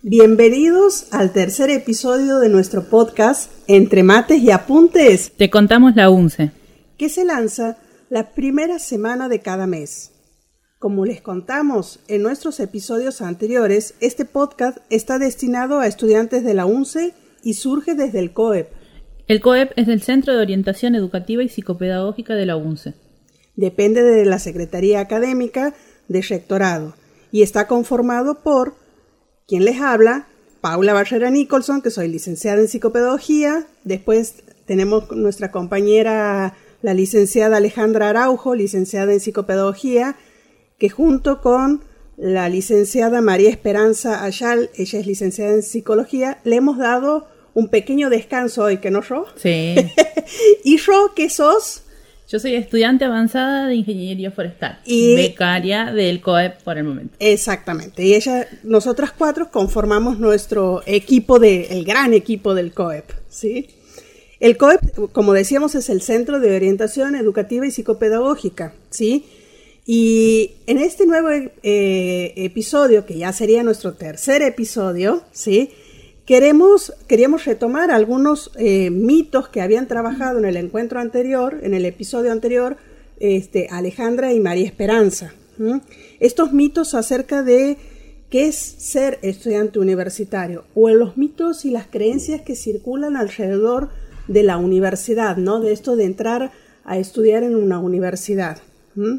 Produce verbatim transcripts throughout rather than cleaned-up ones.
Bienvenidos al tercer episodio de nuestro podcast Entre Mates y Apuntes. Te contamos la UNCE, que se lanza la primera semana de cada mes. Como les contamos en nuestros episodios anteriores, este podcast está destinado a estudiantes de la UNCE y surge desde el C O E P. El C O E P es el Centro de Orientación Educativa y Psicopedagógica de la UNCE. Depende de la Secretaría Académica de Rectorado y está conformado por quien les habla, Paula Barrera Nicholson, que soy licenciada en psicopedagogía. Después tenemos nuestra compañera, la licenciada Alejandra Araujo, licenciada en psicopedagogía, que junto con la licenciada María Esperanza Ayal, ella es licenciada en psicología, le hemos dado un pequeño descanso hoy, ¿que no, Ro? Sí. ¿Y Ro, qué sos? Yo soy estudiante avanzada de Ingeniería Forestal, y becaria del C O E P por el momento. Exactamente, y ella, nosotras cuatro conformamos nuestro equipo, de, el gran equipo del C O E P, ¿sí? El C O E P, como decíamos, es el Centro de Orientación Educativa y Psicopedagógica, ¿sí? Y en este nuevo eh, episodio, que ya sería nuestro tercer episodio, ¿sí?, Queremos, queríamos retomar algunos eh, mitos que habían trabajado en el encuentro anterior, en el episodio anterior, este, Alejandra y María Esperanza. ¿Mm? Estos mitos acerca de qué es ser estudiante universitario, o los mitos y las creencias que circulan alrededor de la universidad, ¿no? De esto de entrar a estudiar en una universidad. ¿Mm?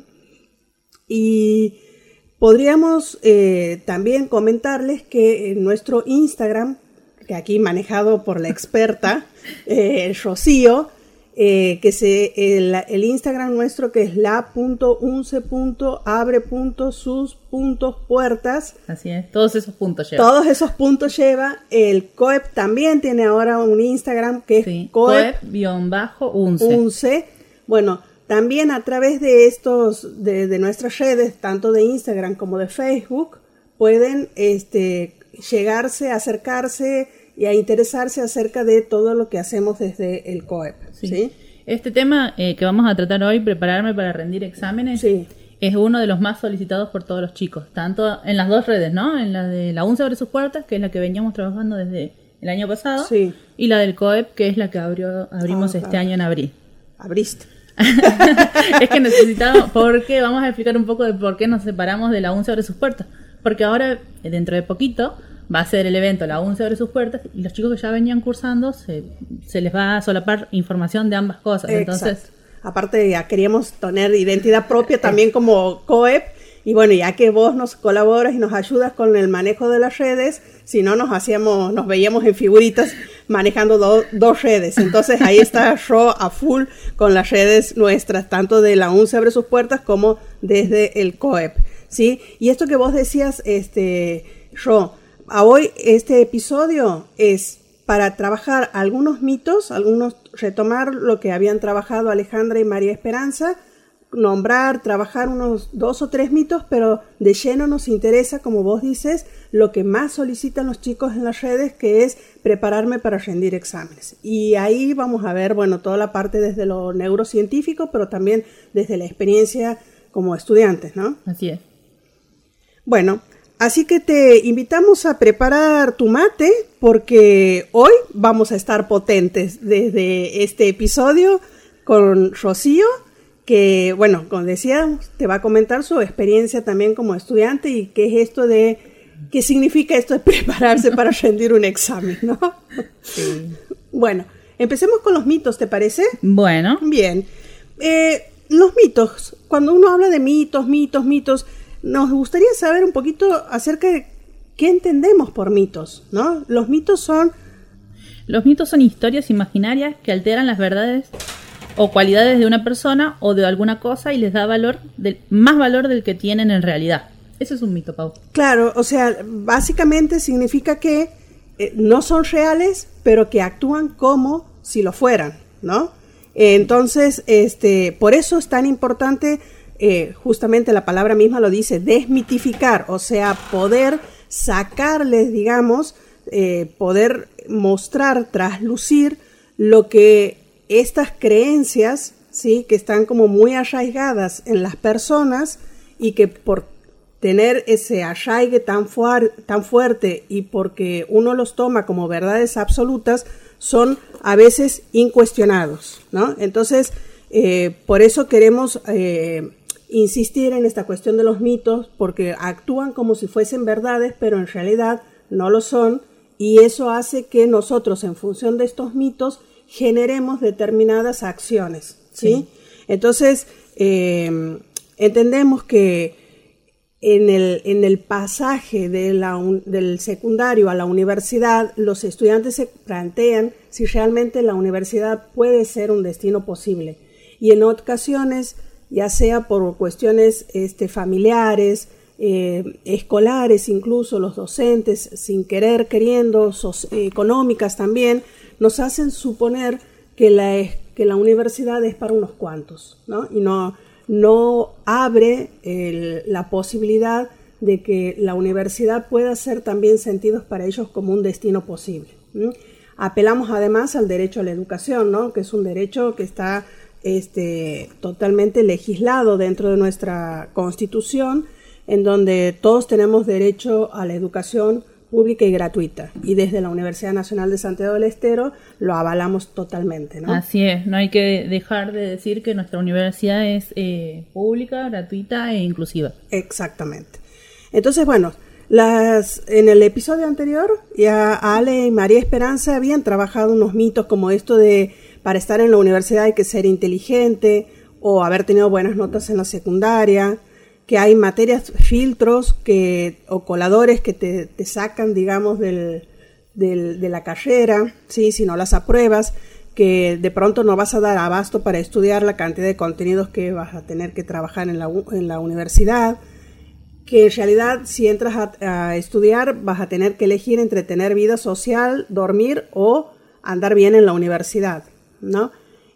Y podríamos eh, también comentarles que en nuestro Instagram, que aquí manejado por la experta, eh, Rocío, eh, que se, el, el Instagram nuestro que es la punto unce punto abre punto sus punto puertas. Así es, todos esos puntos lleva. Todos esos puntos lleva. El C O E P también tiene ahora un Instagram que es sí, C O E P-UNCE. UNCE. Bueno, también a través de estos, de, de nuestras redes, tanto de Instagram como de Facebook, pueden este, llegarse, acercarse y a interesarse acerca de todo lo que hacemos desde el C O E P. ¿sí? ¿Sí? Este tema eh, que vamos a tratar hoy, prepararme para rendir exámenes, sí. es uno de los más solicitados por todos los chicos, tanto en las dos redes, ¿no? En la de la UNCE abre sus puertas, que es la que veníamos trabajando desde el año pasado, sí. y la del C O E P, que es la que abrió, abrimos oh, este claro. año en abril. Abriste. Es que necesitamos, porque vamos a explicar un poco de por qué nos separamos de la UNCE abre sus puertas, porque ahora, dentro de poquito, va a ser el evento La UNCE abre sus puertas y los chicos que ya venían cursando se, se les va a solapar información de ambas cosas. Exacto. Entonces, aparte ya queríamos tener identidad propia también como C O E P y bueno, ya que vos nos colaboras y nos ayudas con el manejo de las redes, si no nos hacíamos, nos veíamos en figuritas manejando do, dos redes. Entonces ahí está Ro a full con las redes nuestras, tanto de La UNCE abre sus puertas como desde el C O E P, ¿sí? Y esto que vos decías, este, Ro, a hoy este episodio es para trabajar algunos mitos, algunos retomar lo que habían trabajado Alejandra y María Esperanza, nombrar, trabajar unos dos o tres mitos, pero de lleno nos interesa, como vos dices, lo que más solicitan los chicos en las redes, que es prepararme para rendir exámenes. Y ahí vamos a ver, bueno, toda la parte desde lo neurocientífico, pero también desde la experiencia como estudiantes, ¿no? Así es. Bueno, así que te invitamos a preparar tu mate porque hoy vamos a estar potentes desde este episodio con Rocío, que, bueno, como decíamos, te va a comentar su experiencia también como estudiante y qué es esto de, qué significa esto de prepararse para rendir un examen, ¿no? Sí. Bueno, empecemos con los mitos, ¿te parece? Bueno. Bien. Eh, los mitos, cuando uno habla de mitos, mitos, mitos, nos gustaría saber un poquito acerca de qué entendemos por mitos, ¿no? Los mitos son... Los mitos son historias imaginarias que alteran las verdades o cualidades de una persona o de alguna cosa y les da valor, del, más valor del que tienen en realidad. Eso es un mito, Pau. Claro, o sea, básicamente significa que eh, no son reales, pero que actúan como si lo fueran, ¿no? Eh, entonces, este, por eso es tan importante... Eh, justamente la palabra misma lo dice, desmitificar, o sea, poder sacarles, digamos, eh, poder mostrar, traslucir lo que estas creencias, ¿sí?, que están como muy arraigadas en las personas y que por tener ese arraigue tan, fuar, tan fuerte y porque uno los toma como verdades absolutas, son a veces incuestionados, ¿no? Entonces, eh, por eso queremos eh, insistir en esta cuestión de los mitos, porque actúan como si fuesen verdades, pero en realidad no lo son, y eso hace que nosotros, en función de estos mitos, generemos determinadas acciones, ¿sí? Sí. Entonces, eh, entendemos que En el, en el pasaje de la, del secundario a la universidad, los estudiantes se plantean si realmente la universidad puede ser un destino posible. Y en ocasiones, ya sea por cuestiones este, familiares, eh, escolares incluso, los docentes, sin querer, queriendo, so, económicas también, nos hacen suponer que la, que la universidad es para unos cuantos, ¿no? Y no... no abre el, la posibilidad de que la universidad pueda ser también sentidos para ellos como un destino posible. ¿Mm? Apelamos además al derecho a la educación, ¿no? Que es un derecho que está este, totalmente legislado dentro de nuestra Constitución, en donde todos tenemos derecho a la educación pública y gratuita, y desde la Universidad Nacional de Santiago del Estero lo avalamos totalmente, ¿no? Así es, no hay que dejar de decir que nuestra universidad es eh, pública, gratuita e inclusiva. Exactamente. Entonces, bueno, las en el episodio anterior ya Ale y María Esperanza habían trabajado unos mitos como esto de para estar en la universidad hay que ser inteligente o haber tenido buenas notas en la secundaria, que hay materias, filtros que, o coladores que te, te sacan, digamos, del, del, de la carrera, ¿sí? Si no las apruebas, que de pronto no vas a dar abasto para estudiar la cantidad de contenidos que vas a tener que trabajar en la, en la universidad, que en realidad si entras a, a estudiar vas a tener que elegir entre tener vida social, dormir o andar bien en la universidad, ¿no?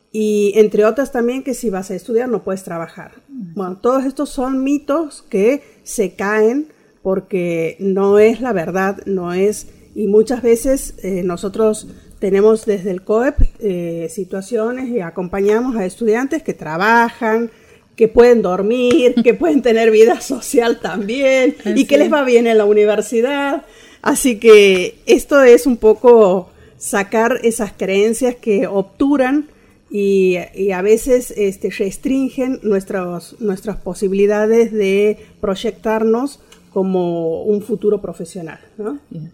Y entre otras también que si vas a estudiar no puedes trabajar. Bueno, todos estos son mitos que se caen porque no es la verdad, no es, y muchas veces eh, nosotros tenemos desde el C O E P eh, situaciones y acompañamos a estudiantes que trabajan, que pueden dormir, que pueden tener vida social también y que les va bien en la universidad. Así que esto es un poco sacar esas creencias que obturan Y, y a veces este, restringen nuestros, nuestras posibilidades de proyectarnos como un futuro profesional, ¿no? Yeah.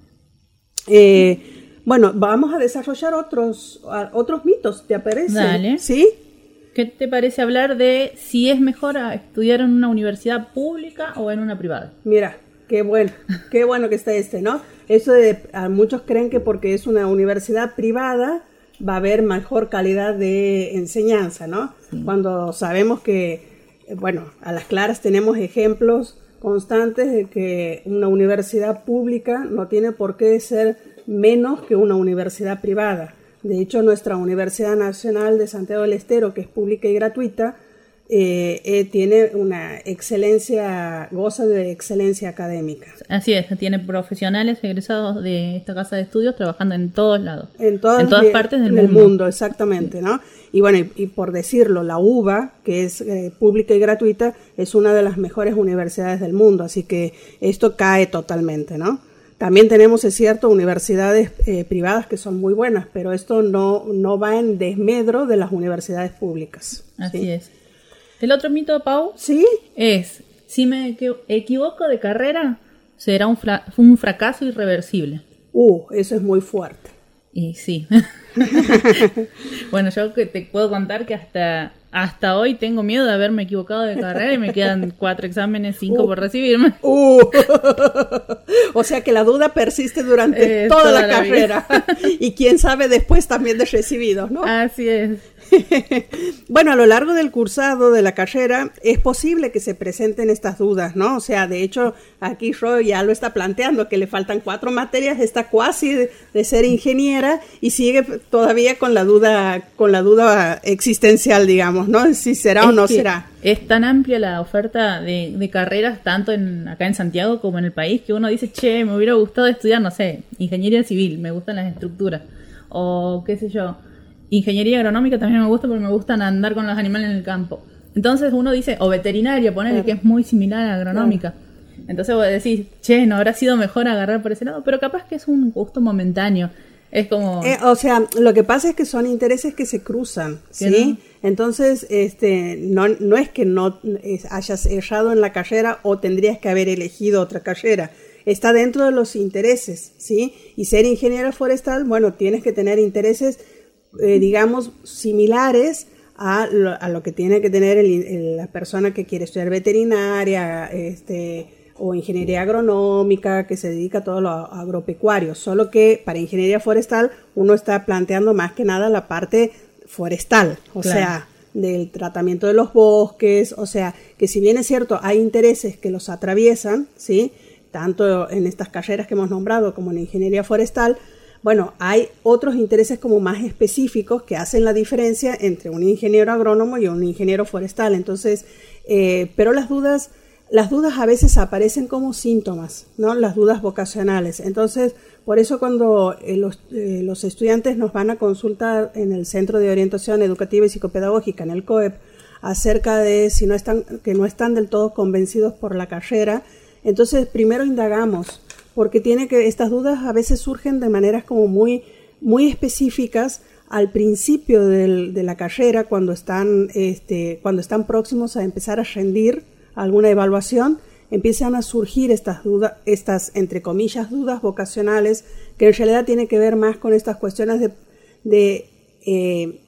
Eh, bueno, vamos a desarrollar otros, otros mitos, ¿te parece? Dale. ¿Sí? ¿Qué te parece hablar de si es mejor estudiar en una universidad pública o en una privada? Mira, qué bueno, qué bueno que está este, ¿no? Eso de, a muchos creen que porque es una universidad privada va a haber mejor calidad de enseñanza, ¿no? Sí. Cuando sabemos que, bueno, a las claras tenemos ejemplos constantes de que una universidad pública no tiene por qué ser menos que una universidad privada. De hecho, nuestra Universidad Nacional de Santiago del Estero, que es pública y gratuita, Eh, eh, tiene una excelencia, goza de excelencia académica. Así es, tiene profesionales egresados de esta casa de estudios trabajando en todos lados, en todas, en todas de, partes del mundo. mundo. Exactamente, ¿no? Y bueno, y, y por decirlo, la U B A, que es eh, pública y gratuita, es una de las mejores universidades del mundo, así que esto cae totalmente, ¿no? También tenemos, es cierto, universidades eh, privadas que son muy buenas, pero esto no, no va en desmedro de las universidades públicas. Así ¿sí? es. El otro mito, Pau, ¿sí? es, si me equivoco de carrera, será un, fra- un fracaso irreversible. Uh, eso es muy fuerte. Y sí. Bueno, yo que te puedo contar que hasta, hasta hoy tengo miedo de haberme equivocado de carrera y me quedan cuatro exámenes, cinco uh, por recibirme. Uh. O sea que la duda persiste durante eh, toda, toda la, la carrera. Y quién sabe después también de recibidos, ¿no? Así es. Bueno, a lo largo del cursado de la carrera es posible que se presenten estas dudas, ¿no? O sea, de hecho, aquí Roy ya lo está planteando, que le faltan cuatro materias, está casi de, de ser ingeniera y sigue todavía con la duda, con la duda existencial, digamos, ¿no? Si será es o no será. Es tan amplia la oferta de, de carreras, tanto en acá en Santiago como en el país, que uno dice, che, me hubiera gustado estudiar, no sé, ingeniería civil, me gustan las estructuras, o qué sé yo, ingeniería agronómica también me gusta porque me gustan andar con los animales en el campo. Entonces uno dice, o veterinaria, ponele, claro, que es muy similar a agronómica. Claro. Entonces vos decís, che, no habrá sido mejor agarrar por ese lado, pero capaz que es un gusto momentáneo. Es como... Eh, o sea, lo que pasa es que son intereses que se cruzan, ¿sí? ¿No? Entonces, este, no, no es que no es, hayas errado en la carrera o tendrías que haber elegido otra carrera. Está dentro de los intereses, ¿sí? Y ser ingeniero forestal, bueno, tienes que tener intereses, eh, digamos, similares a lo, a lo que tiene que tener el, el, la persona que quiere estudiar veterinaria, este... o ingeniería agronómica, que se dedica a todo lo agropecuario, solo que para ingeniería forestal uno está planteando más que nada la parte forestal, o claro. sea, del tratamiento de los bosques, o sea, que si bien es cierto, hay intereses que los atraviesan, ¿sí? Tanto en estas carreras que hemos nombrado como en ingeniería forestal, bueno, hay otros intereses como más específicos que hacen la diferencia entre un ingeniero agrónomo y un ingeniero forestal, entonces, eh, pero las dudas... Las dudas a veces aparecen como síntomas, ¿no? Las dudas vocacionales. Entonces, por eso cuando eh, los, eh, los estudiantes nos van a consultar en el Centro de Orientación Educativa y Psicopedagógica, en el C O E P, acerca de si no están, que no están del todo convencidos por la carrera, entonces primero indagamos, porque tiene que, estas dudas a veces surgen de maneras como muy, muy específicas al principio del, de la carrera, cuando están, este, cuando están próximos a empezar a rendir alguna evaluación, empiezan a surgir estas dudas, estas entre comillas dudas vocacionales, que en realidad tienen que ver más con estas cuestiones de, de eh,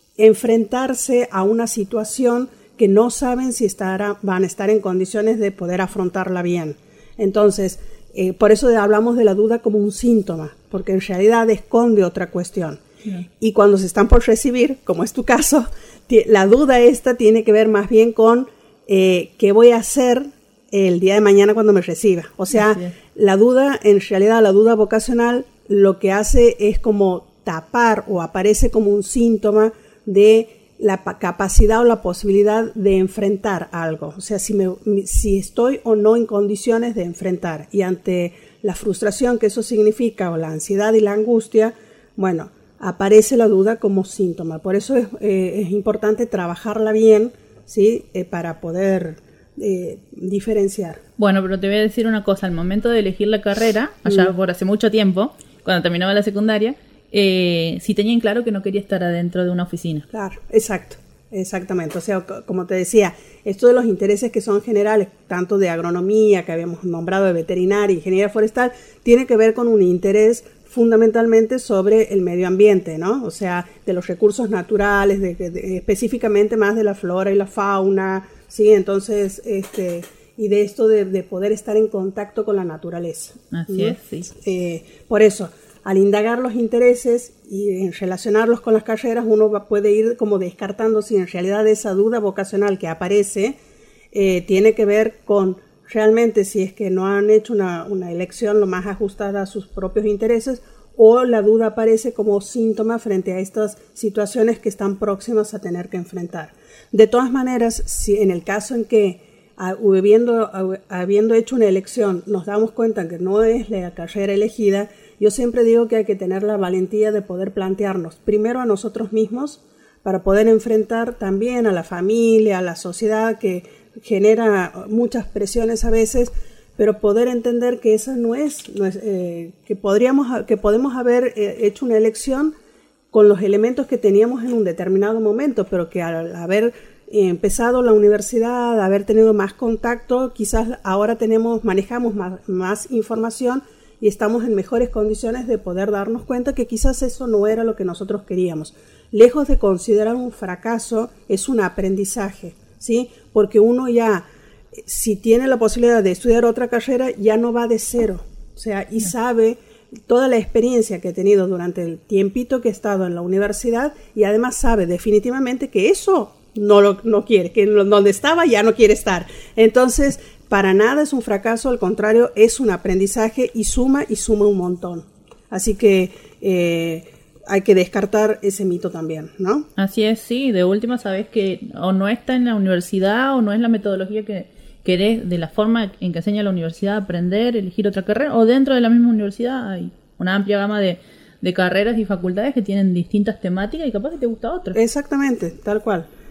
enfrentarse a una situación que no saben si estará, van a estar en condiciones de poder afrontarla bien. Entonces, eh, por eso hablamos de la duda como un síntoma, porque en realidad esconde otra cuestión. Sí. Y cuando se están por recibir, como es tu caso, la duda esta tiene que ver más bien con Eh, ¿qué voy a hacer el día de mañana cuando me reciba? O sea, la duda, en realidad la duda vocacional lo que hace es como tapar o aparece como un síntoma de la capacidad o la posibilidad de enfrentar algo. O sea, si, me, si estoy o no en condiciones de enfrentar. Y ante la frustración que eso significa o la ansiedad y la angustia, bueno, aparece la duda como síntoma. Por eso es, eh, es importante trabajarla bien, ¿sí? Eh, para poder eh, diferenciar. Bueno, pero te voy a decir una cosa, al momento de elegir la carrera, allá mm. por hace mucho tiempo, cuando terminaba la secundaria, eh, sí tenían claro que no quería estar adentro de una oficina. Claro, exacto, exactamente. O sea, como te decía, esto de los intereses que son generales, tanto de agronomía, que habíamos nombrado, de veterinaria, ingeniería forestal, tiene que ver con un interés fundamentalmente sobre el medio ambiente, ¿no? O sea, de los recursos naturales, de, de, de, específicamente más de la flora y la fauna, ¿sí? Entonces, este, y de esto de, de poder estar en contacto con la naturaleza. Así ¿no? es, sí. Eh, por eso, al indagar los intereses y en relacionarlos con las carreras, uno va, puede ir como descartando si en realidad esa duda vocacional que aparece eh, tiene que ver con realmente si es que no han hecho una, una elección lo más ajustada a sus propios intereses, o la duda aparece como síntoma frente a estas situaciones que están próximas a tener que enfrentar. De todas maneras, si en el caso en que habiendo, habiendo hecho una elección nos damos cuenta que no es la carrera elegida, yo siempre digo que hay que tener la valentía de poder plantearnos primero a nosotros mismos para poder enfrentar también a la familia, a la sociedad que genera muchas presiones a veces, pero poder entender que esa no es, no es eh, que podríamos, que podemos haber eh, hecho una elección con los elementos que teníamos en un determinado momento, pero que al haber eh, empezado la universidad, haber tenido más contacto, quizás ahora tenemos, manejamos más, más información y estamos en mejores condiciones de poder darnos cuenta que quizás eso no era lo que nosotros queríamos. Lejos de considerar un fracaso, es un aprendizaje, ¿sí? Porque uno ya, si tiene la posibilidad de estudiar otra carrera, ya no va de cero, o sea, y sabe toda la experiencia que he tenido durante el tiempito que he estado en la universidad, y además sabe definitivamente que eso no lo no quiere, que donde estaba ya no quiere estar. Entonces, para nada es un fracaso, al contrario, es un aprendizaje y suma y suma un montón. Así que eh, hay que descartar ese mito también, ¿no? Así es, sí. De última sabes que o no está en la universidad o no es la metodología que querés, de la forma en que enseña la universidad, aprender, elegir otra carrera, o dentro de la misma universidad hay una amplia gama de, de carreras y facultades que tienen distintas temáticas y capaz que te gusta otra. Exactamente, tal cual.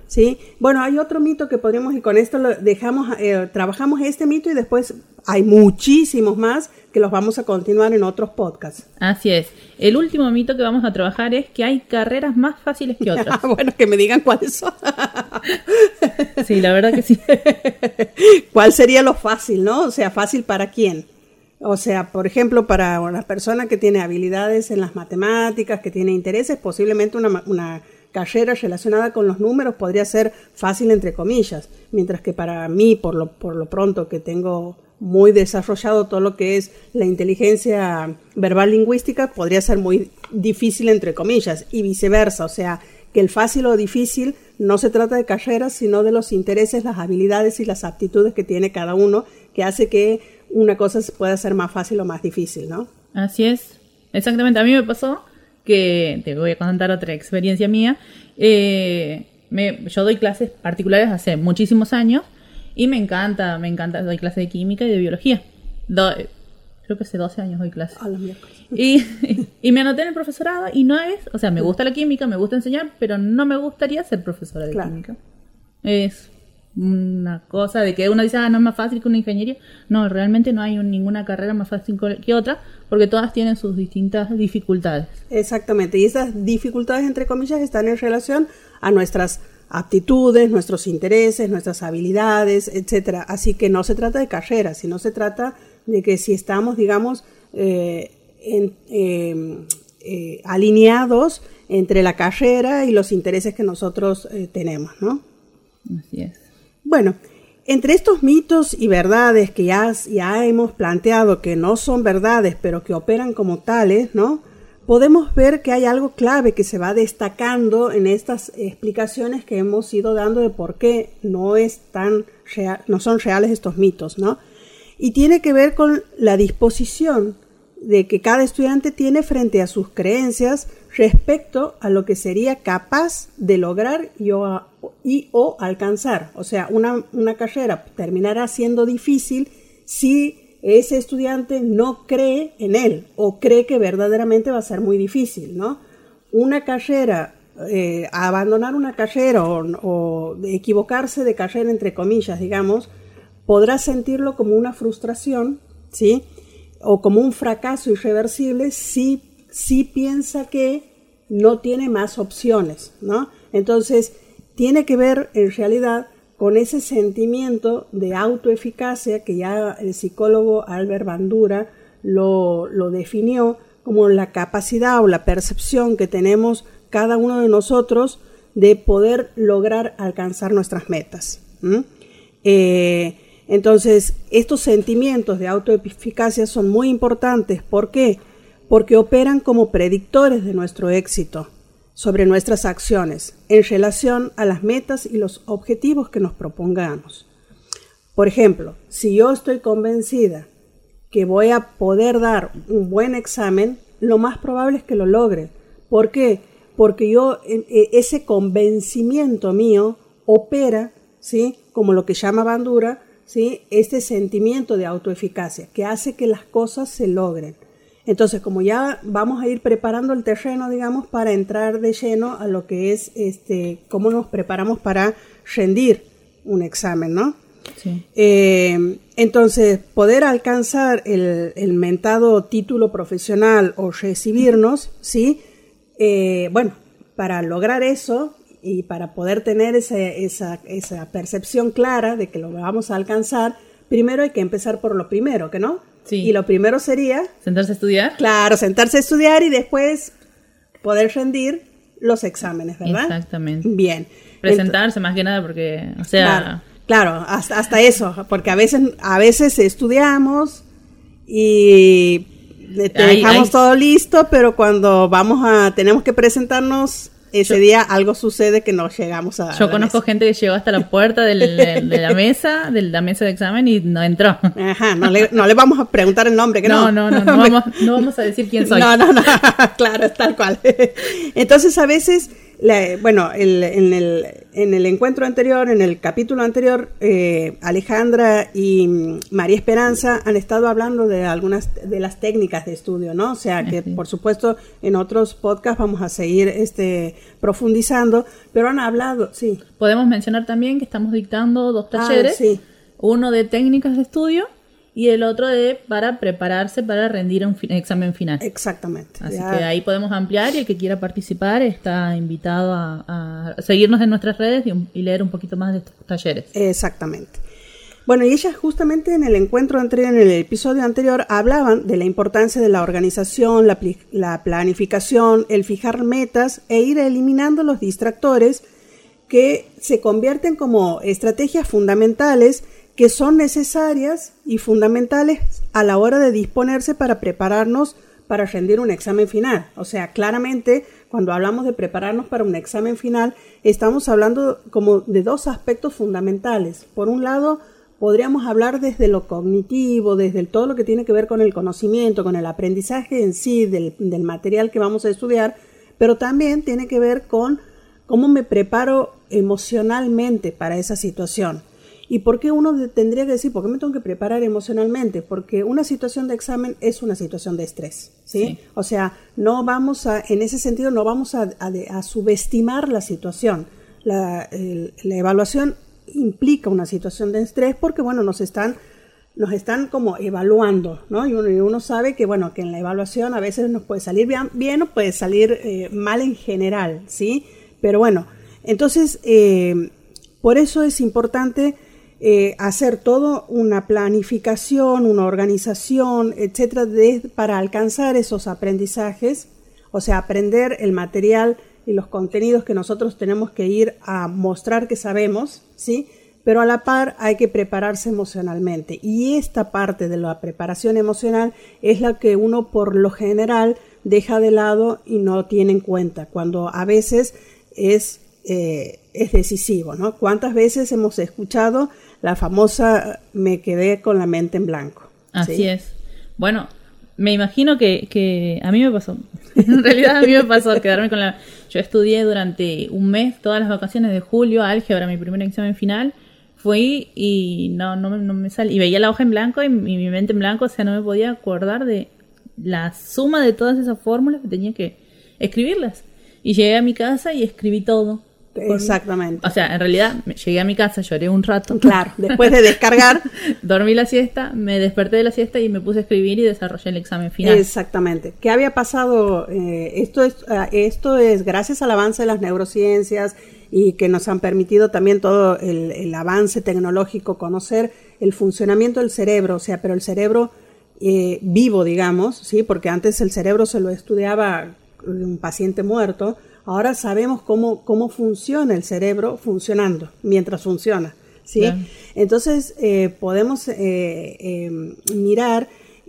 ¿sí? Bueno, hay otro mito que podríamos, y con esto lo dejamos, eh, trabajamos este mito y después hay muchísimos más que los vamos a continuar en otros podcasts. Así es. El último mito que vamos a trabajar es que hay carreras más fáciles que otras. Bueno, que me digan cuáles son. Sí, la verdad que sí. ¿Cuál sería lo fácil, no? O sea, ¿fácil para quién? O sea, por ejemplo, para una persona que tiene habilidades en las matemáticas, que tiene intereses, posiblemente una, una carrera relacionada con los números podría ser fácil, entre comillas. Mientras que para mí, por lo, por lo pronto, que tengo muy desarrollado todo lo que es la inteligencia verbal lingüística, podría ser muy difícil, entre comillas, y viceversa. O sea, que el fácil o difícil no se trata de carreras, sino de los intereses, las habilidades y las aptitudes que tiene cada uno, que hace que una cosa pueda ser más fácil o más difícil, ¿no? Así es, exactamente. A mí me pasó que, te voy a contar otra experiencia mía, eh, me, yo doy clases particulares hace muchísimos años, y me encanta, me encanta, doy clases de química y de biología. Do, creo que hace doce años doy clases. A los miércoles. Y, y me anoté en el profesorado y no es, o sea, me gusta la química, me gusta enseñar, pero no me gustaría ser profesora de claro. química. Es una cosa de que uno dice, ah, no es más fácil que una ingeniería. No, realmente no hay un, ninguna carrera más fácil que otra, porque todas tienen sus distintas dificultades. Exactamente, y esas dificultades, entre comillas, están en relación a nuestras aptitudes, nuestros intereses, nuestras habilidades, etcétera. Así que no se trata de carreras, sino se trata de que si estamos, digamos, eh, en, eh, eh, alineados entre la carrera y los intereses que nosotros eh, tenemos, ¿no? Así es. Bueno, entre estos mitos y verdades que ya, ya hemos planteado que no son verdades, pero que operan como tales, ¿no? Podemos ver que hay algo clave que se va destacando en estas explicaciones que hemos ido dando de por qué no es tan real, no son reales estos mitos, ¿no? Y tiene que ver con la disposición de que cada estudiante tiene frente a sus creencias respecto a lo que sería capaz de lograr y o, y, o alcanzar. O sea, una, una carrera terminará siendo difícil si ese estudiante no cree en él o cree que verdaderamente va a ser muy difícil, ¿no? Una carrera, eh, abandonar una carrera o, o equivocarse de carrera, entre comillas, digamos, podrá sentirlo como una frustración, ¿sí? O como un fracaso irreversible si, si piensa que no tiene más opciones, ¿no? Entonces, tiene que ver en realidad con ese sentimiento de autoeficacia que ya el psicólogo Albert Bandura lo, lo definió como la capacidad o la percepción que tenemos cada uno de nosotros de poder lograr alcanzar nuestras metas. ¿Mm? Eh, entonces, estos sentimientos de autoeficacia son muy importantes. ¿Por qué? Porque operan como predictores de nuestro éxito sobre nuestras acciones en relación a las metas y los objetivos que nos propongamos. Por ejemplo, si yo estoy convencida que voy a poder dar un buen examen, lo más probable es que lo logre. ¿Por qué? Porque yo, ese convencimiento mío opera, ¿sí? Como lo que llama Bandura, ¿sí? Este sentimiento de autoeficacia que hace que las cosas se logren. Entonces, como ya vamos a ir preparando el terreno, digamos, para entrar de lleno a lo que es este, cómo nos preparamos para rendir un examen, ¿no? Sí. Eh, entonces, poder alcanzar el, el mentado título profesional o recibirnos, ¿sí? Eh, bueno, para lograr eso y para poder tener ese, esa, esa percepción clara de que lo vamos a alcanzar, primero hay que empezar por lo primero, ¿que no? Sí. Y lo primero sería... ¿sentarse a estudiar? Claro, sentarse a estudiar y después poder rendir los exámenes, ¿verdad? Exactamente. Bien. Presentarse Entonces, más que nada porque, o sea... Claro, claro hasta, hasta eso, porque a veces, a veces estudiamos y te ay, dejamos ay. todo listo, pero cuando vamos a, tenemos que presentarnos... Ese yo, día algo sucede que no llegamos a... Yo a conozco mesa. gente que llegó hasta la puerta del, de, de la mesa, de la mesa de examen y no entró. Ajá, no le, no le vamos a preguntar el nombre, que no. No, no, no, no, vamos, no vamos a decir quién soy. No, no, no, claro, es tal cual. Entonces, a veces La, bueno, el, en, el, en el encuentro anterior, en el capítulo anterior, eh, Alejandra y María Esperanza han estado hablando de algunas de las técnicas de estudio, ¿no? O sea, que por supuesto en otros podcasts vamos a seguir este profundizando, pero han hablado, sí. Podemos mencionar también que estamos dictando dos talleres, ah, sí. uno de técnicas de estudio y el otro de para prepararse para rendir un fi- examen final. Exactamente. Así ya. que ahí podemos ampliar y el que quiera participar está invitado a, a seguirnos en nuestras redes y, y leer un poquito más de estos talleres. Exactamente. Bueno, y ellas justamente en el encuentro anterior, en el episodio anterior, hablaban de la importancia de la organización, la, pli- la planificación, el fijar metas e ir eliminando los distractores que se convierten como estrategias fundamentales que son necesarias y fundamentales a la hora de disponerse para prepararnos para rendir un examen final. O sea, claramente, cuando hablamos de prepararnos para un examen final, estamos hablando como de dos aspectos fundamentales. Por un lado, podríamos hablar desde lo cognitivo, desde todo lo que tiene que ver con el conocimiento, con el aprendizaje en sí del, del material que vamos a estudiar, pero también tiene que ver con cómo me preparo emocionalmente para esa situación. ¿Y por qué uno de, tendría que decir, por qué me tengo que preparar emocionalmente? Porque una situación de examen es una situación de estrés, ¿sí? Sí. O sea, no vamos a, en ese sentido, no vamos a, a, a subestimar la situación. La, el, la evaluación implica una situación de estrés porque, bueno, nos están, nos están como evaluando, ¿no? Y uno, y uno sabe que, bueno, que en la evaluación a veces nos puede salir bien, bien o puede salir eh, mal en general, ¿sí? Pero bueno, entonces, eh, por eso es importante Eh, hacer todo una planificación, una organización, etcétera, de, para alcanzar esos aprendizajes, o sea, aprender el material y los contenidos que nosotros tenemos que ir a mostrar que sabemos, ¿sí? Pero a la par hay que prepararse emocionalmente. Y esta parte de la preparación emocional es la que uno por lo general deja de lado y no tiene en cuenta, cuando a veces es, eh, es decisivo, ¿no? ¿Cuántas veces hemos escuchado la famosa me quedé con la mente en blanco? Así ¿sí? es. Bueno, me imagino que, que a mí me pasó. En realidad a mí me pasó quedarme con la... Yo estudié durante un mes, todas las vacaciones de julio, álgebra, mi primer examen final. Fui y no, no, no me salí. Y veía la hoja en blanco y mi, mi mente en blanco, o sea, no me podía acordar de la suma de todas esas fórmulas que tenía que escribirlas. Y llegué a mi casa y escribí todo. Exactamente. O sea, en realidad llegué a mi casa, lloré un rato. Claro, después de descargar. Dormí la siesta, me desperté de la siesta y me puse a escribir y desarrollé el examen final. Exactamente. ¿Qué había pasado? Eh, esto, es, uh, esto es gracias al avance de las neurociencias y que nos han permitido también todo el, el avance tecnológico, conocer el funcionamiento del cerebro, o sea, pero el cerebro eh, vivo, digamos, ¿sí? Porque antes el cerebro se lo estudiaba de un paciente muerto. Ahora sabemos cómo, cómo funciona el cerebro funcionando, mientras funciona, ¿sí? Claro. Entonces, eh, podemos eh, eh, mirar,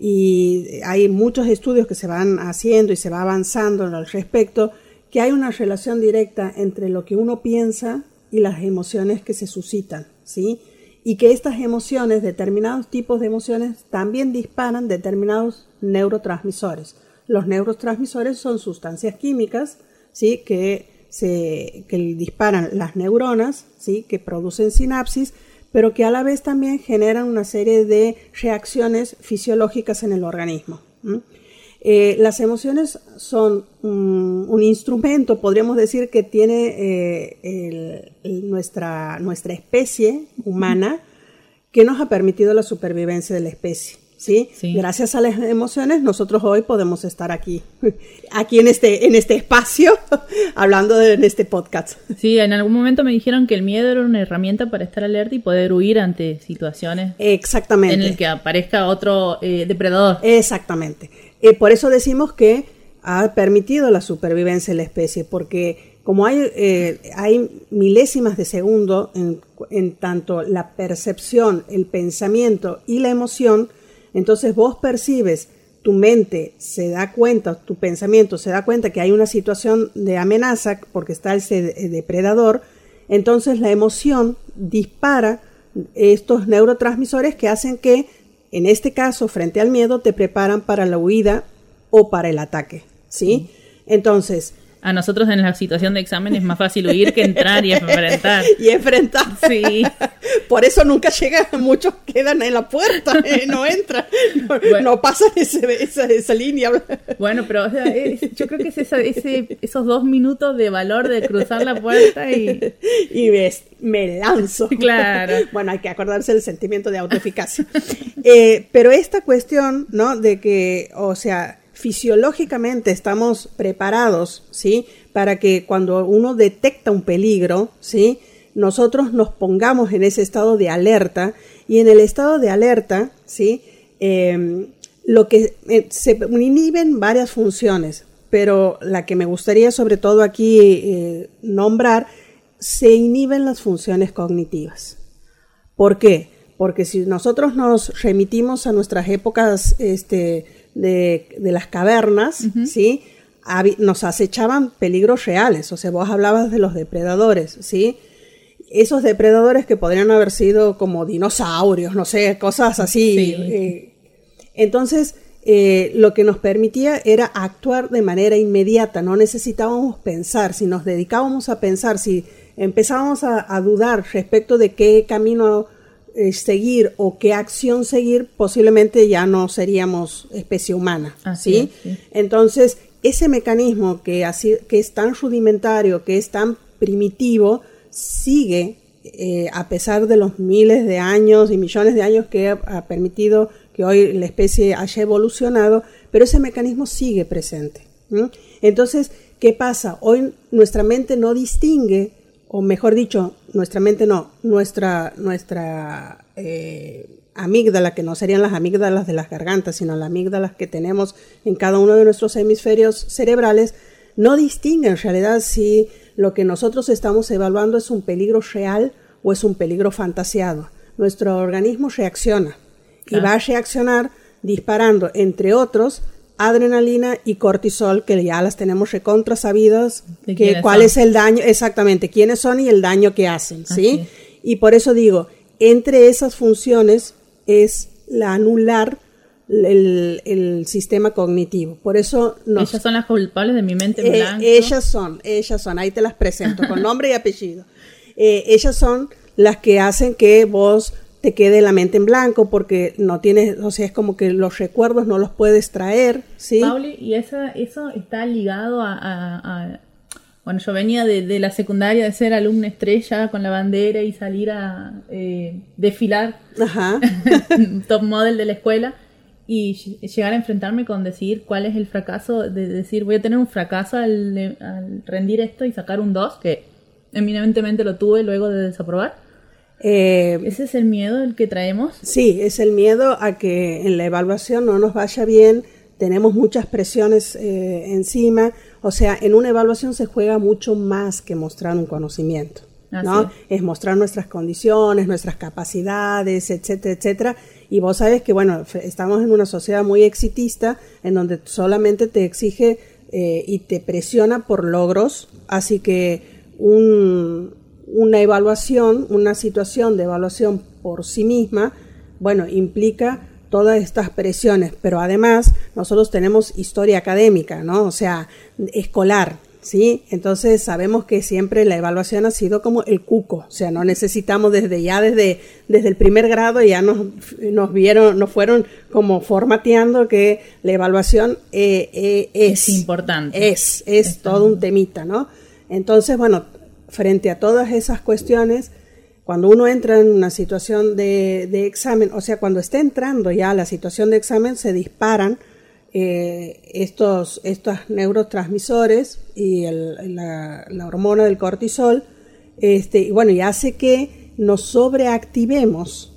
y hay muchos estudios que se van haciendo y se va avanzando al respecto, que hay una relación directa entre lo que uno piensa y las emociones que se suscitan, ¿sí? Y que estas emociones, determinados tipos de emociones, también disparan determinados neurotransmisores. Los neurotransmisores son sustancias químicas, ¿sí? que, se, que disparan las neuronas, ¿sí? que producen sinapsis, pero que a la vez también generan una serie de reacciones fisiológicas en el organismo. ¿Mm? Eh, las emociones son un, un instrumento, podríamos decir, que tiene eh, el, el, nuestra, nuestra especie humana, que nos ha permitido la supervivencia de la especie. ¿Sí? Sí. Gracias a las emociones nosotros hoy podemos estar aquí, aquí en este, en este espacio, hablando de, en este podcast. Sí, en algún momento me dijeron que el miedo era una herramienta para estar alerta y poder huir ante situaciones. Exactamente. En el que aparezca otro eh, depredador. Exactamente. Eh, por eso decimos que ha permitido la supervivencia de la especie, porque como hay, eh, hay milésimas de segundo en, en tanto la percepción, el pensamiento y la emoción. Entonces vos percibes, tu mente se da cuenta, tu pensamiento se da cuenta que hay una situación de amenaza porque está ese depredador, entonces la emoción dispara estos neurotransmisores que hacen que, en este caso, frente al miedo, te preparan para la huida o para el ataque, ¿sí? Entonces... A nosotros en la situación de examen es más fácil huir que entrar y enfrentar. Y enfrentar. Sí. Por eso nunca llegan, muchos quedan en la puerta, eh, no entran, no, bueno. no pasan ese, esa, esa línea. Bueno, pero o sea, es, yo creo que es esa, ese, esos dos minutos de valor de cruzar la puerta y... Y ves, me lanzo. Claro. Bueno, hay que acordarse del sentimiento de autoeficacia. eh, pero esta cuestión, ¿no? De que, o sea... fisiológicamente estamos preparados, ¿sí? Para que cuando uno detecta un peligro, ¿sí? Nosotros nos pongamos en ese estado de alerta, y en el estado de alerta, ¿sí? Eh, lo que eh, se inhiben varias funciones, pero la que me gustaría sobre todo aquí eh, nombrar, se inhiben las funciones cognitivas. ¿Por qué? Porque si nosotros nos remitimos a nuestras épocas, este, De, de las cavernas, uh-huh. ¿sí? Hab- nos acechaban peligros reales. O sea, vos hablabas de los depredadores, ¿sí? Esos depredadores que podrían haber sido como dinosaurios, no sé, cosas así. Sí. Eh, entonces, eh, lo que nos permitía era actuar de manera inmediata. No necesitábamos pensar. Si nos dedicábamos a pensar, si empezábamos a, a dudar respecto de qué camino seguir o qué acción seguir, posiblemente ya no seríamos especie humana, Así ¿sí? Es, sí. Entonces, ese mecanismo que, así, que es tan rudimentario, que es tan primitivo, sigue, eh, a pesar de los miles de años y millones de años que ha, ha permitido que hoy la especie haya evolucionado, pero ese mecanismo sigue presente, ¿sí? Entonces, ¿qué pasa? Hoy nuestra mente no distingue, o mejor dicho, nuestra mente no, nuestra, nuestra eh, amígdala, que no serían las amígdalas de las gargantas, sino las amígdalas que tenemos en cada uno de nuestros hemisferios cerebrales, no distingue en realidad si lo que nosotros estamos evaluando es un peligro real o es un peligro fantaseado. Nuestro organismo reacciona, claro. Y va a reaccionar disparando, entre otros, adrenalina y cortisol, que ya las tenemos recontra sabidas, que cuál son? Es el daño, exactamente, quiénes son y el daño que hacen, ¿sí? Así. Y por eso digo, entre esas funciones es la anular el, el sistema cognitivo. Por eso nos, ellas son las culpables de mi mente en eh, blanco. Ellas son, ellas son, ahí te las presento, con nombre y apellido. Eh, ellas son las que hacen que vos te quede la mente en blanco porque no tienes, o sea, es como que los recuerdos no los puedes traer, ¿sí? Pauli, y esa, eso está ligado a, a, a bueno, yo venía de, de la secundaria de ser alumna estrella con la bandera y salir a eh, desfilar, ajá. top model de la escuela, y llegar a enfrentarme con decir cuál es el fracaso, de decir voy a tener un fracaso al, al rendir esto y sacar un dos, que eminentemente lo tuve luego de desaprobar. Eh, ¿Ese es el miedo el que traemos? Sí, es el miedo a que en la evaluación no nos vaya bien, tenemos muchas presiones eh, encima, o sea, en una evaluación se juega mucho más que mostrar un conocimiento, ¿no? Es. es mostrar nuestras condiciones, nuestras capacidades, etcétera, etcétera, y vos sabes que, bueno, estamos en una sociedad muy exitista, en donde solamente te exige eh, y te presiona por logros, así que un... una evaluación, una situación de evaluación por sí misma, bueno, implica todas estas presiones, pero además nosotros tenemos historia académica, ¿no? O sea, escolar, ¿sí? Entonces sabemos que siempre la evaluación ha sido como el cuco, o sea, no necesitamos desde ya, desde, desde el primer grado ya nos, nos vieron, nos fueron como formateando que la evaluación eh, eh, es, es importante. Es, es, es todo un temita, ¿no? Entonces, bueno, frente a todas esas cuestiones, cuando uno entra en una situación de, de examen, o sea, cuando está entrando ya a la situación de examen, se disparan eh, estos, estos neurotransmisores y el, la, la hormona del cortisol, este, y bueno, y hace que nos sobreactivemos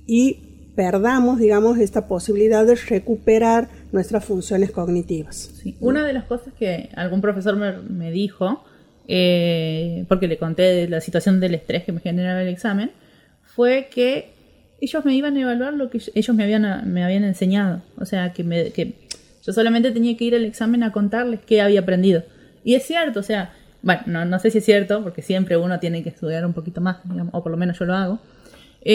y perdamos, digamos, esta posibilidad de recuperar nuestras funciones cognitivas. Sí. Una de las cosas que algún profesor me, me dijo, Eh, porque le conté de la situación del estrés que me generaba el examen, fue que ellos me iban a evaluar lo que ellos me habían, me habían enseñado. O sea, que, me, que yo solamente tenía que ir al examen a contarles qué había aprendido. Y es cierto, o sea, bueno, no, no sé si es cierto, porque siempre uno tiene que estudiar un poquito más, digamos, o por lo menos yo lo hago.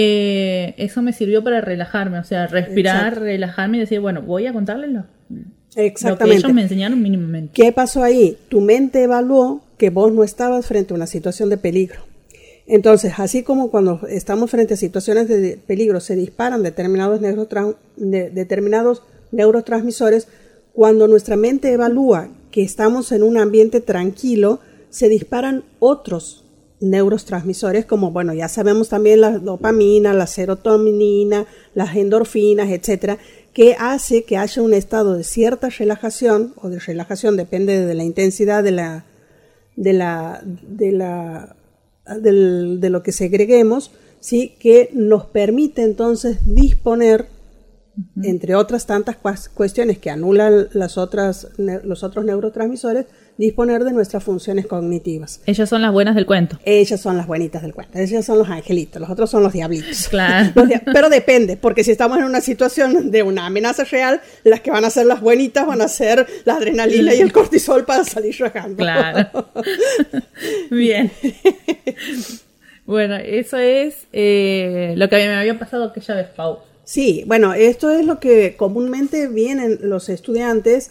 Eh, eso me sirvió para relajarme, o sea, respirar, Exacto. relajarme y decir, bueno, voy a contarles lo, Exactamente. Lo que ellos me enseñaron mínimamente. ¿Qué pasó ahí? Tu mente evaluó que vos no estabas frente a una situación de peligro. Entonces, así como cuando estamos frente a situaciones de peligro se disparan determinados, neurotra- de, determinados neurotransmisores, cuando nuestra mente evalúa que estamos en un ambiente tranquilo, se disparan otros neurotransmisores como, bueno, ya sabemos también la dopamina, la serotonina, las endorfinas, etcétera, que hace que haya un estado de cierta relajación, o de relajación, depende de la intensidad de la, de la, de la, del, de lo que segreguemos, ¿sí? Que nos permite entonces disponer, uh-huh, entre otras tantas cuestiones que anulan las otras, los otros neurotransmisores, disponer de nuestras funciones cognitivas. Ellas son las buenas del cuento. Ellas son las buenitas del cuento. Ellas son los angelitos, los otros son los diablitos. Claro. Los dia- pero depende, porque si estamos en una situación de una amenaza real, las que van a ser las buenitas van a ser la adrenalina y el cortisol para salir rajando. Claro. Bien. Bueno, eso es eh, lo que a mí me había pasado aquella vez, Pau. Sí, bueno, esto es lo que comúnmente vienen los estudiantes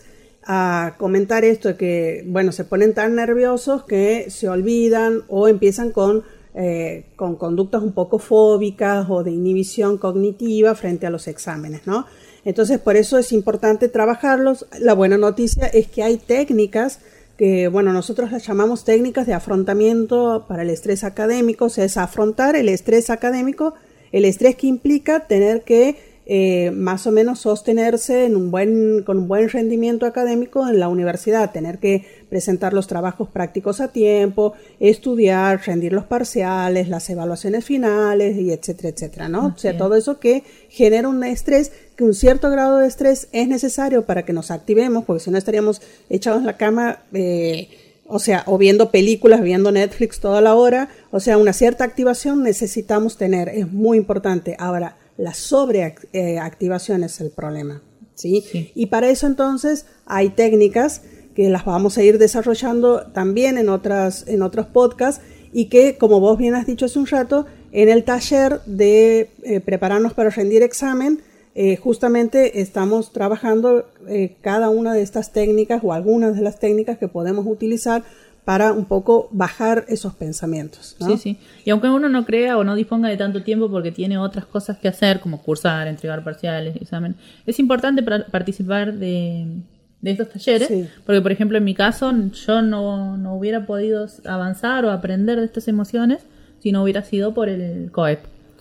a comentar esto, de que, bueno, se ponen tan nerviosos que se olvidan o empiezan con, eh, con conductas un poco fóbicas o de inhibición cognitiva frente a los exámenes, ¿no? Entonces, por eso es importante trabajarlos. La buena noticia es que hay técnicas que, bueno, nosotros las llamamos técnicas de afrontamiento para el estrés académico, o sea, es afrontar el estrés académico, el estrés que implica tener que Eh, más o menos sostenerse en un buen, con un buen rendimiento académico en la universidad, tener que presentar los trabajos prácticos a tiempo, estudiar, rendir los parciales, las evaluaciones finales, y etcétera, etcétera, ¿no? O sea, todo eso que genera un estrés, que un cierto grado de estrés es necesario para que nos activemos, porque si no estaríamos echados en la cama, eh, o sea, o viendo películas, viendo Netflix toda la hora, o sea, una cierta activación necesitamos tener, es muy importante. Ahora, la sobreactivación es el problema, ¿sí? Sí. Y para eso entonces hay técnicas que las vamos a ir desarrollando también en otras, en otros podcasts, y que, como vos bien has dicho hace un rato, en el taller de eh, prepararnos para rendir examen, eh, justamente estamos trabajando eh, cada una de estas técnicas o algunas de las técnicas que podemos utilizar para un poco bajar esos pensamientos, ¿no? Sí, sí. Y aunque uno no crea o no disponga de tanto tiempo porque tiene otras cosas que hacer, como cursar, entregar parciales, examen, es importante pra- participar de, de estos talleres, sí. Porque, por ejemplo, en mi caso, yo no, no hubiera podido avanzar o aprender de estas emociones si no hubiera sido por el COEP.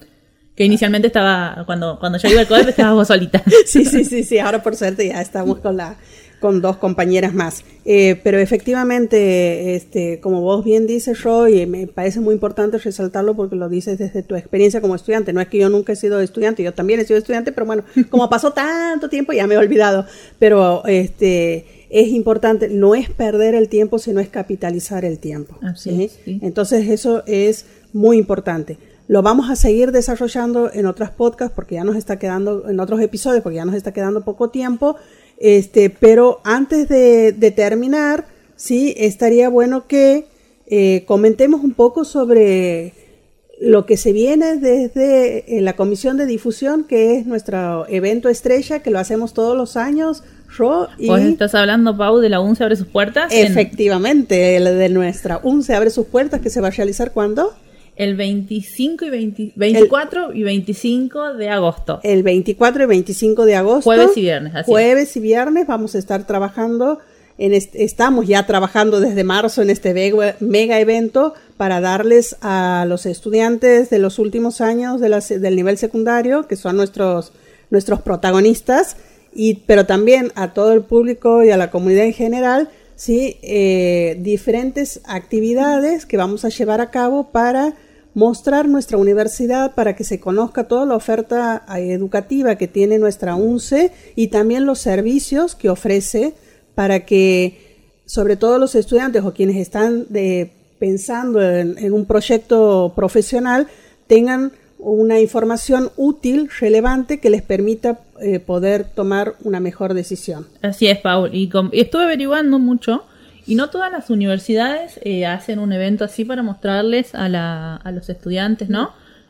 Que inicialmente estaba, cuando, cuando yo iba al COEP, estabas vos solita. Sí, sí, sí, sí. Ahora, por suerte, ya estamos con la... con dos compañeras más. Eh, pero efectivamente, este, como vos bien dices, Roy, me parece muy importante resaltarlo porque lo dices desde tu experiencia como estudiante. No es que yo nunca he sido estudiante, yo también he sido estudiante, pero bueno, como pasó tanto tiempo ya me he olvidado. Pero este, es importante, no es perder el tiempo, sino es capitalizar el tiempo. Así ¿sí? es, sí. Entonces eso es muy importante. Lo vamos a seguir desarrollando en otros podcasts porque ya nos está quedando, en otros episodios, porque ya nos está quedando poco tiempo. Este, pero antes de, de terminar, sí, estaría bueno que eh, comentemos un poco sobre lo que se viene desde eh, la Comisión de Difusión, que es nuestro evento estrella, que lo hacemos todos los años, Ro. Y pues estás hablando, Pau, de la U N C Abre Sus Puertas. Efectivamente, en... de nuestra U N C Abre Sus Puertas, que se va a realizar ¿cuándo? El veinticinco y veinte, veinticuatro el, y veinticinco de agosto. El veinticuatro y veinticinco de agosto. Jueves y viernes. Así jueves es. y viernes vamos a estar trabajando, en este, estamos ya trabajando desde marzo en este mega, mega evento para darles a los estudiantes de los últimos años de la, del nivel secundario, que son nuestros, nuestros protagonistas, y, pero también a todo el público y a la comunidad en general, sí, eh, diferentes actividades que vamos a llevar a cabo para mostrar nuestra universidad, para que se conozca toda la oferta educativa que tiene nuestra U N C y también los servicios que ofrece, para que sobre todo los estudiantes o quienes están de, pensando en, en un proyecto profesional tengan una información útil, relevante, que les permita eh, poder tomar una mejor decisión. Así es, Paul. Y, con, y estuve averiguando mucho, y no todas las universidades eh, hacen un evento así para mostrarles a, la, a los estudiantes, ¿no?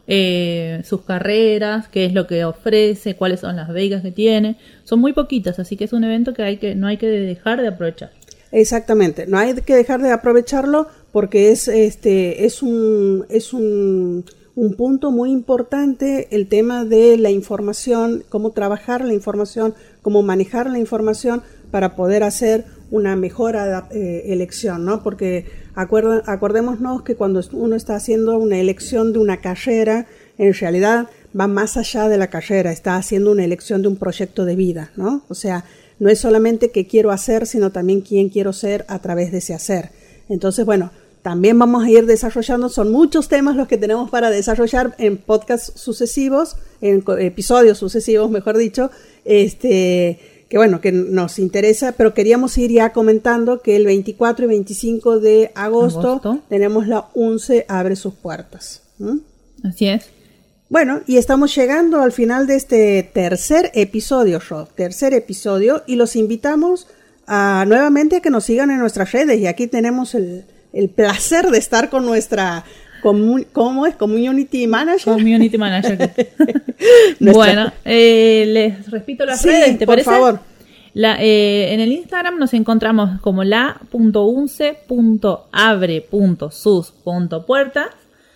eh, sus carreras, qué es lo que ofrece, cuáles son las becas que tiene. Son muy poquitas, así que es un evento que hay que no hay que dejar de aprovechar. Exactamente, no hay que dejar de aprovecharlo porque es este es un es un, un punto muy importante el tema de la información, cómo trabajar la información, cómo manejar la información para poder hacer una mejor eh, elección, ¿no? Porque acuerda, acordémonos que cuando uno está haciendo una elección de una carrera, en realidad va más allá de la carrera, está haciendo una elección de un proyecto de vida, ¿no? O sea, no es solamente qué quiero hacer, sino también quién quiero ser a través de ese hacer. Entonces, bueno, también vamos a ir desarrollando, son muchos temas los que tenemos para desarrollar en podcasts sucesivos, en episodios sucesivos, mejor dicho, este, que bueno, que nos interesa, pero queríamos ir ya comentando que el veinticuatro y veinticinco de agosto, agosto. tenemos la UNCE Abre sus Puertas. ¿Mm? Así es. Bueno, y estamos llegando al final de este tercer episodio, Rob, tercer episodio, y los invitamos a, nuevamente a que nos sigan en nuestras redes, y aquí tenemos el, el placer de estar con nuestra, comu- ¿cómo es? Community Manager. Community Manager. Bueno, eh, les repito las sí, redes, ¿te por parece? por favor. La, eh, en el Instagram nos encontramos como la punto unce punto abre punto sus punto puertas,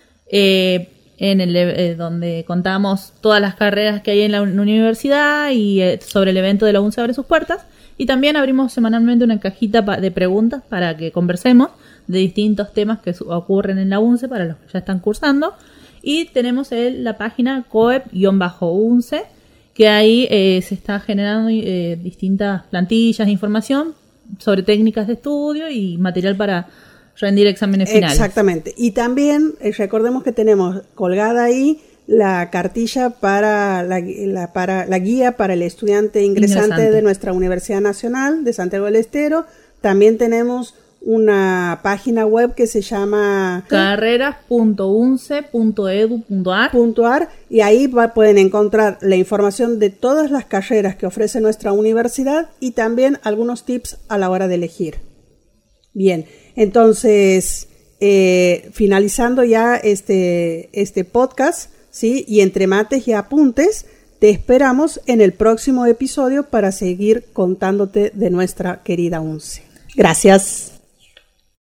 eh, en el eh, donde contamos todas las carreras que hay en la universidad y eh, sobre el evento de la UNCE Abre sus Puertas, y también abrimos semanalmente una cajita pa- de preguntas para que conversemos de distintos temas que su- ocurren en la UNCE para los que ya están cursando, y tenemos el, la página coep-unce, que ahí eh, se está generando eh, distintas plantillas de información sobre técnicas de estudio y material para rendir exámenes finales. Exactamente. Y también eh, recordemos que tenemos colgada ahí la cartilla para la, la, para la guía para el estudiante ingresante, ingresante de nuestra Universidad Nacional de Santiago del Estero. También tenemos una página web que se llama carreras punto unce punto edu punto ar y ahí va, pueden encontrar la información de todas las carreras que ofrece nuestra universidad y también algunos tips a la hora de elegir. Bien, entonces eh, finalizando ya este, este podcast, ¿sí? Y entre mates y apuntes, te esperamos en el próximo episodio para seguir contándote de nuestra querida UNCE. Gracias.